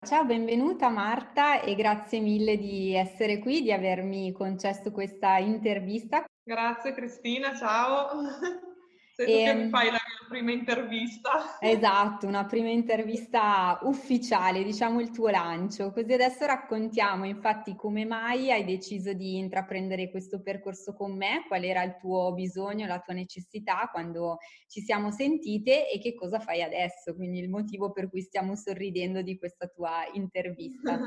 Ciao, benvenuta Marta e grazie mille di essere qui, di avermi concesso questa intervista. Grazie Cristina, ciao. Sei tu che mi E, fai la mia prima intervista. esatto, una prima intervista ufficiale, diciamo il tuo lancio. Così adesso raccontiamo infatti come mai hai deciso di intraprendere questo percorso con me, qual era il tuo bisogno, la tua necessità quando ci siamo sentite e che cosa fai adesso, quindi il motivo per cui stiamo sorridendo di questa tua intervista.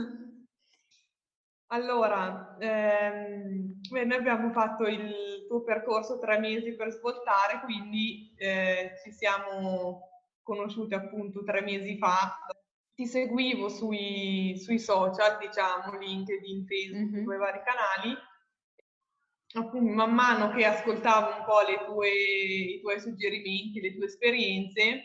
Allora, beh, noi abbiamo fatto il tuo percorso 3 mesi per svoltare, quindi ci siamo conosciuti appunto 3 mesi fa. Ti seguivo sui social, diciamo, LinkedIn, Facebook, i tuoi Mhm. vari canali. Appunto, man mano che ascoltavo un po' i tuoi suggerimenti, le tue esperienze,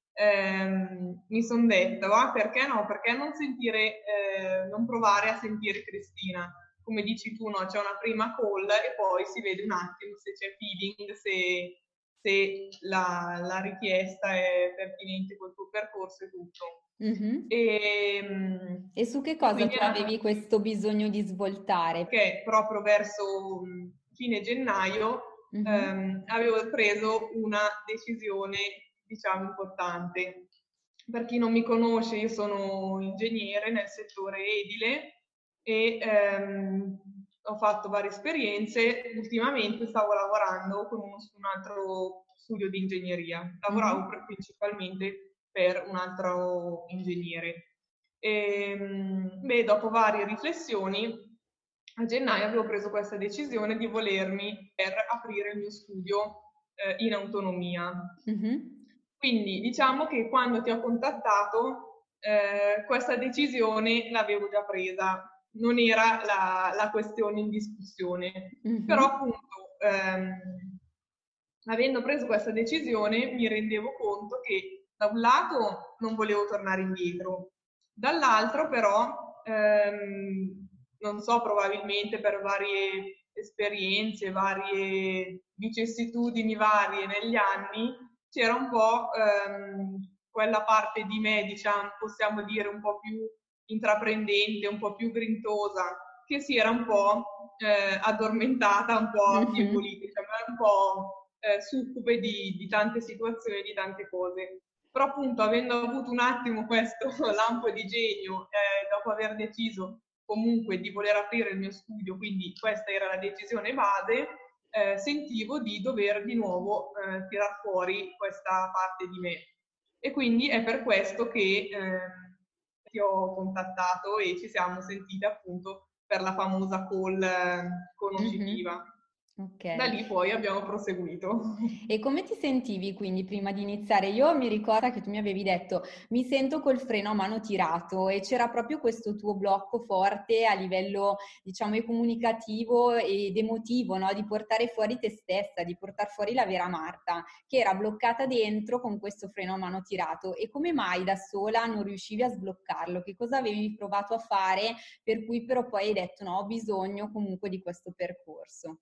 mi sono detta, va, perché no? Perché non sentire, non provare a sentire Cristina? Come dici tu, no? C'è una prima call e poi si vede un attimo se c'è feeling, se la richiesta è pertinente col tuo percorso e tutto. Mhm. E, E su che e cosa quindi tu è nata avevi così questo bisogno di svoltare? perché proprio verso fine gennaio Mhm. avevo preso una decisione, diciamo, importante. Per chi non mi conosce, io sono ingegnere nel settore edile e ho fatto varie esperienze. Ultimamente stavo lavorando con un altro studio di ingegneria. Lavoravo Mhm. principalmente per un altro ingegnere. Beh, dopo varie riflessioni, a gennaio avevo preso questa decisione di volermi per aprire il mio studio in autonomia. Mhm. Quindi diciamo che quando ti ho contattato, questa decisione l'avevo già presa, non era la questione in discussione, però Mhm. appunto avendo preso questa decisione mi rendevo conto che da un lato non volevo tornare indietro, dall'altro però, non so, probabilmente per varie esperienze, varie vicissitudini varie negli anni, c'era un po' quella parte di me, diciamo, possiamo dire un po' più intraprendente, un po' più grintosa, che si era un po' addormentata, un po' Mhm. affievolita, cioè un po' succube di tante situazioni, di tante cose. Però appunto avendo avuto un attimo questo lampo di genio, dopo aver deciso comunque di voler aprire il mio studio, quindi questa era la decisione base, sentivo di dover di nuovo tirar fuori questa parte di me. E quindi è per questo che ti ho contattato e ci siamo sentite appunto per la famosa call Mhm. conoscitiva. Ok. Da lì poi abbiamo proseguito. E come ti sentivi quindi prima di iniziare? Io mi ricordo che tu mi avevi detto mi sento col freno a mano tirato e c'era proprio questo tuo blocco forte a livello, diciamo, comunicativo ed emotivo, no? Di portare fuori te stessa, di portare fuori la vera Marta, che era bloccata dentro con questo freno a mano tirato. E come mai da sola non riuscivi a sbloccarlo? Che cosa avevi provato a fare per cui però poi hai detto no, ho bisogno comunque di questo percorso?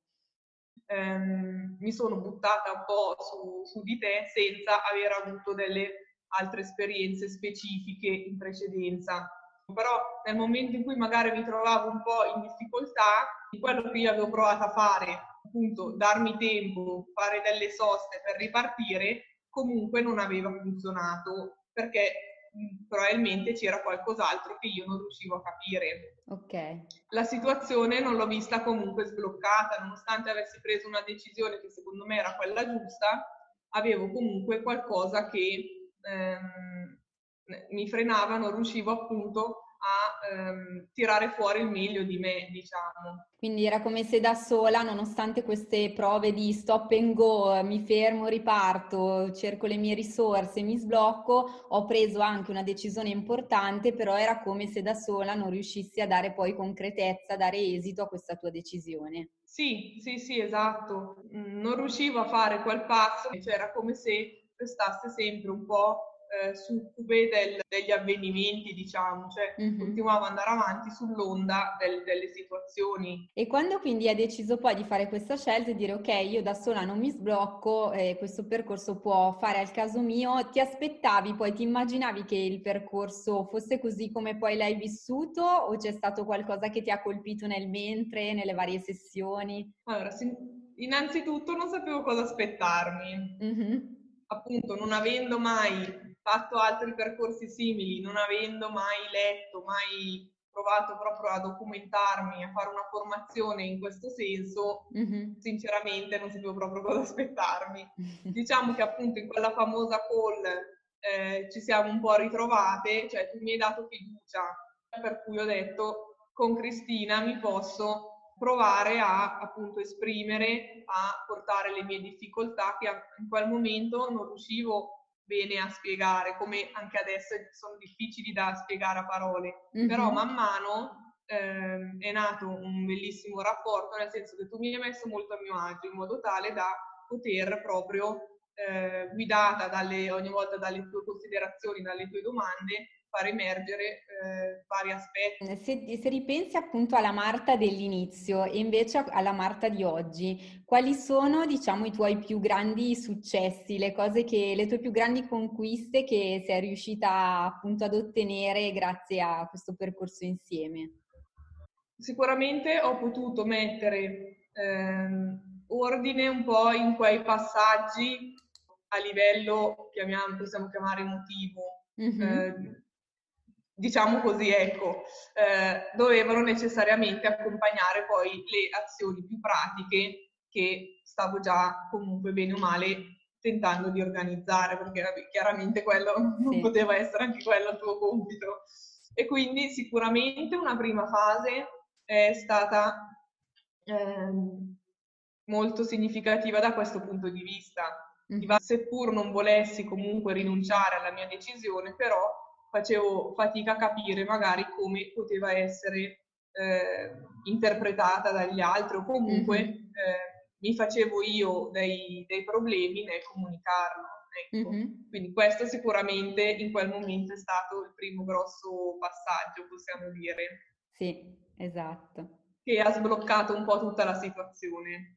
Mi sono buttata un po' su di te senza aver avuto delle altre esperienze specifiche in precedenza. Però nel momento in cui magari mi trovavo un po' in difficoltà, quello che io avevo provato a fare, appunto darmi tempo, fare delle soste per ripartire, comunque non aveva funzionato perché probabilmente c'era qualcos'altro che io non riuscivo a capire. Ok. La situazione non l'ho vista comunque sbloccata, nonostante avessi preso una decisione che secondo me era quella giusta, avevo comunque qualcosa che mi frenava, non riuscivo appunto a tirare fuori il meglio di me, diciamo. Quindi era come se da sola, nonostante queste prove di stop and go, mi fermo, riparto, cerco le mie risorse, mi sblocco, ho preso anche una decisione importante, però era come se da sola non riuscissi a dare poi concretezza, a dare esito a questa tua decisione. Sì, sì, sì, esatto. Non riuscivo a fare quel passo, cioè era come se restasse sempre un po' succube degli avvenimenti, diciamo, cioè continuavo ad andare avanti sull'onda delle situazioni. E quando quindi hai deciso poi di fare questa scelta e dire ok, io da sola non mi sblocco, questo percorso può fare al caso mio, ti aspettavi, poi ti immaginavi che il percorso fosse così come poi l'hai vissuto o c'è stato qualcosa che ti ha colpito nel mentre, nelle varie sessioni? Allora, innanzitutto non sapevo cosa aspettarmi. Appunto, non avendo mai fatto altri percorsi simili, non avendo mai letto, mai provato proprio a documentarmi, a fare una formazione in questo senso, sinceramente non sapevo proprio cosa aspettarmi. Diciamo che appunto in quella famosa call ci siamo un po' ritrovate, cioè tu mi hai dato fiducia, per cui ho detto con Cristina mi posso provare a appunto esprimere, a portare le mie difficoltà che in quel momento non riuscivo bene a spiegare, come anche adesso sono difficili da spiegare a parole, però man mano è nato un bellissimo rapporto, nel senso che tu mi hai messo molto a mio agio, in modo tale da poter proprio, guidata ogni volta dalle tue considerazioni, dalle tue domande, far emergere vari aspetti. Se ripensi appunto alla Marta dell'inizio e invece alla Marta di oggi, quali sono, diciamo, i tuoi più grandi successi, le tue più grandi conquiste che sei riuscita appunto ad ottenere grazie a questo percorso insieme? Sicuramente ho potuto mettere ordine un po' in quei passaggi a livello, possiamo chiamare emotivo, diciamo così, ecco, dovevano necessariamente accompagnare poi le azioni più pratiche che stavo già comunque bene o male tentando di organizzare, perché chiaramente quello non poteva essere anche quello il tuo compito. E quindi sicuramente una prima fase è stata molto significativa da questo punto di vista. Seppur non volessi comunque rinunciare alla mia decisione, però facevo fatica a capire magari come poteva essere interpretata dagli altri o comunque mi facevo io dei problemi nel comunicarlo. Ecco. Quindi questo sicuramente in quel momento è stato il primo grosso passaggio, possiamo dire. Sì, esatto. Che ha sbloccato un po' tutta la situazione.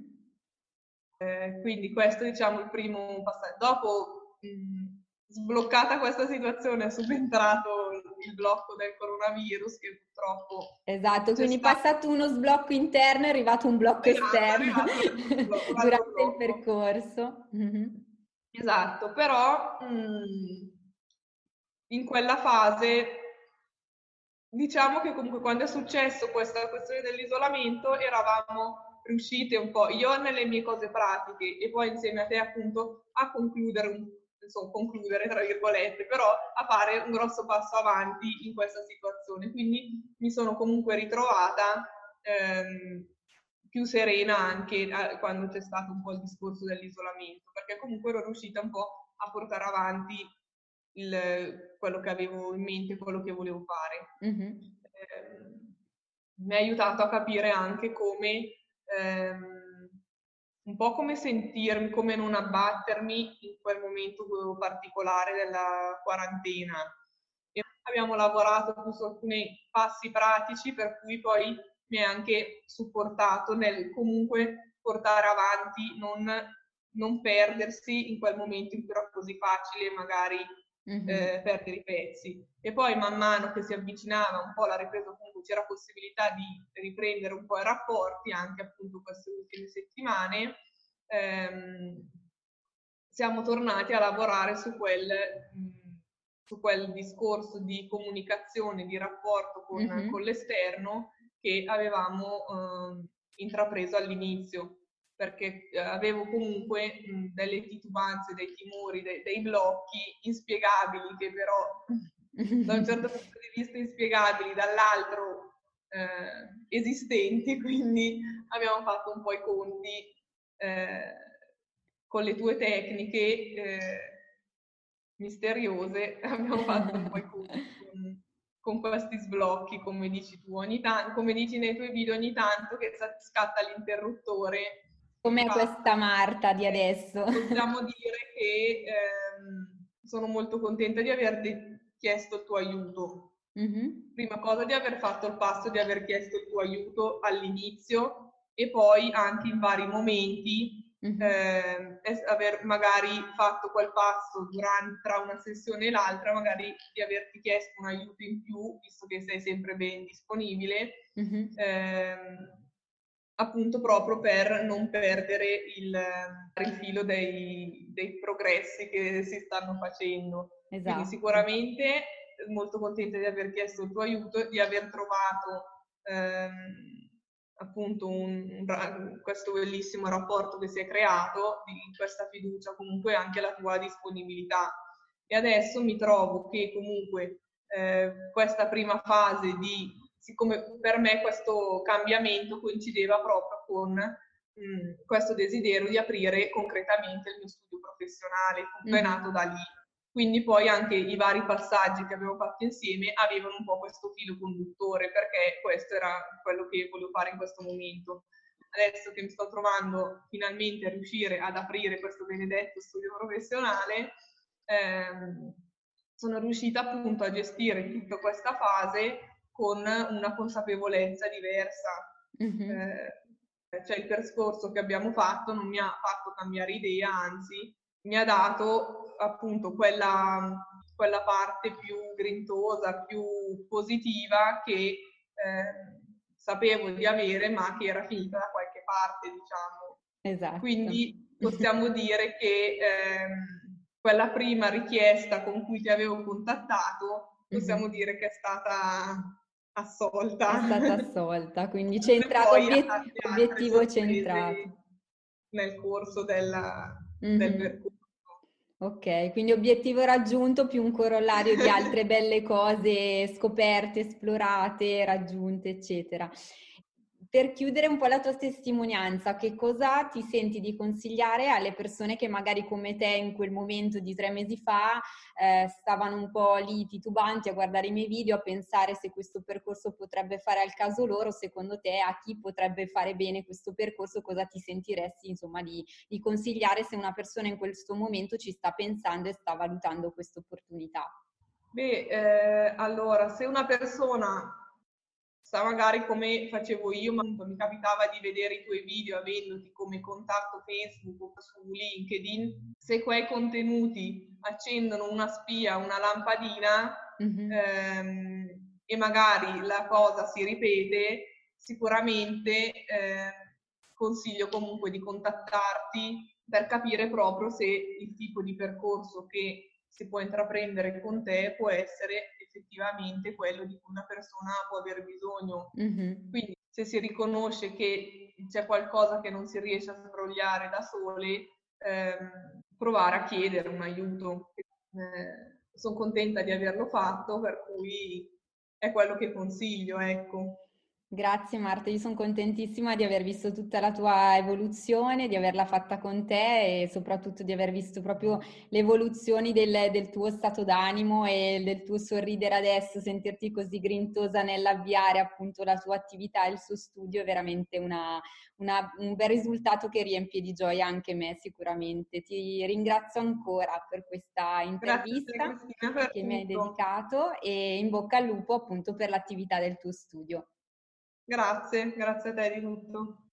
Quindi questo diciamo il primo passaggio. Dopo, sbloccata questa situazione, è subentrato il blocco del coronavirus che purtroppo... Esatto, quindi passato uno sblocco interno è arrivato un blocco esterno durante il percorso. Esatto, però in quella fase diciamo che comunque quando è successo questa questione dell'isolamento eravamo riuscite un po', io nelle mie cose pratiche e poi insieme a te appunto a concludere tra virgolette, però a fare un grosso passo avanti in questa situazione. Quindi mi sono comunque ritrovata più serena anche quando c'è stato un po' il discorso dell'isolamento, perché comunque ero riuscita un po' a portare avanti quello che avevo in mente, quello che volevo fare. Mi ha aiutato a capire anche come, un po' come sentirmi, come non abbattermi in quel momento particolare della quarantena. E abbiamo lavorato su alcuni passi pratici per cui poi mi ha anche supportato nel comunque portare avanti, non perdersi in quel momento in cui era così facile magari perdere i pezzi. E poi man mano che si avvicinava un po' la ripresa, comunque c'era possibilità di riprendere un po' i rapporti, anche appunto queste ultime settimane, siamo tornati a lavorare su quel discorso di comunicazione, di rapporto con l'esterno che avevamo intrapreso all'inizio, perché avevo comunque delle titubanze, dei timori, dei blocchi inspiegabili che però da un certo punto di vista inspiegabili, dall'altro esistenti, quindi abbiamo fatto un po' i conti con le tue tecniche misteriose, abbiamo fatto un po' i conti con questi sblocchi, come dici tu, ogni tanto, come dici nei tuoi video, ogni tanto che scatta l'interruttore. Come questa Marta di adesso. Possiamo dire che sono molto contenta di averti chiesto il tuo aiuto. Mhm. Prima cosa di aver fatto il passo, di aver chiesto il tuo aiuto all'inizio e poi anche in vari momenti Mhm. aver magari fatto quel passo tra una sessione e l'altra, magari di averti chiesto un aiuto in più, visto che sei sempre ben disponibile, Mhm. appunto proprio per non perdere il filo dei progressi che si stanno facendo. Quindi Esatto. sicuramente molto contenta di aver chiesto il tuo aiuto, di aver trovato appunto questo bellissimo rapporto che si è creato, di questa fiducia, comunque anche la tua disponibilità. E adesso mi trovo che comunque questa prima fase siccome per me questo cambiamento coincideva proprio con questo desiderio di aprire concretamente il mio studio professionale, tutto è Mhm. nato da lì. Quindi poi anche i vari passaggi che abbiamo fatto insieme avevano un po' questo filo conduttore, perché questo era quello che volevo fare in questo momento. Adesso che mi sto trovando finalmente a riuscire ad aprire questo benedetto studio professionale, sono riuscita appunto a gestire tutta questa fase con una consapevolezza diversa. Mhm. Cioè il percorso che abbiamo fatto non mi ha fatto cambiare idea, anzi mi ha dato appunto quella parte più grintosa, più positiva che sapevo di avere, ma che era finita da qualche parte, diciamo. Esatto. Quindi possiamo dire che quella prima richiesta con cui ti avevo contattato, possiamo Mhm. dire che è stata È stata assolta. assolta, quindi Oltre centrato, poi a tante altre obiettivo centrato. sorprese nel corso del Mhm. percorso. Ok, quindi obiettivo raggiunto più un corollario di altre belle cose scoperte, esplorate, raggiunte, eccetera. Per chiudere un po' la tua testimonianza, che cosa ti senti di consigliare alle persone che magari come te in quel momento di 3 mesi fa stavano un po' lì titubanti a guardare i miei video, a pensare se questo percorso potrebbe fare al caso loro? Secondo te a chi potrebbe fare bene questo percorso? Cosa ti sentiresti insomma di consigliare se una persona in questo momento ci sta pensando e sta valutando questa opportunità? Beh, allora, se una persona sa magari come facevo io, ma appunto mi capitava di vedere i tuoi video avendoti come contatto Facebook o su LinkedIn, se quei contenuti accendono una spia, una lampadina, Mhm. e magari la cosa si ripete, sicuramente consiglio comunque di contattarti per capire proprio se il tipo di percorso che si può intraprendere con te può essere effettivamente quello di cui una persona può aver bisogno. Mhm. Quindi se si riconosce che c'è qualcosa che non si riesce a sbrogliare da sole, provare a chiedere un aiuto. Sono contenta di averlo fatto, per cui è quello che consiglio, ecco. Grazie Marta, io sono contentissima di aver visto tutta la tua evoluzione, di averla fatta con te e soprattutto di aver visto proprio le evoluzioni del tuo stato d'animo e del tuo sorridere adesso, sentirti così grintosa nell'avviare appunto la tua attività e il suo studio è veramente un bel risultato che riempie di gioia anche me sicuramente. Ti ringrazio ancora per questa Grazie a te intervista Cristina per che mi hai tutto. dedicato e in bocca al lupo appunto per l'attività del tuo studio. Grazie, grazie a te di tutto.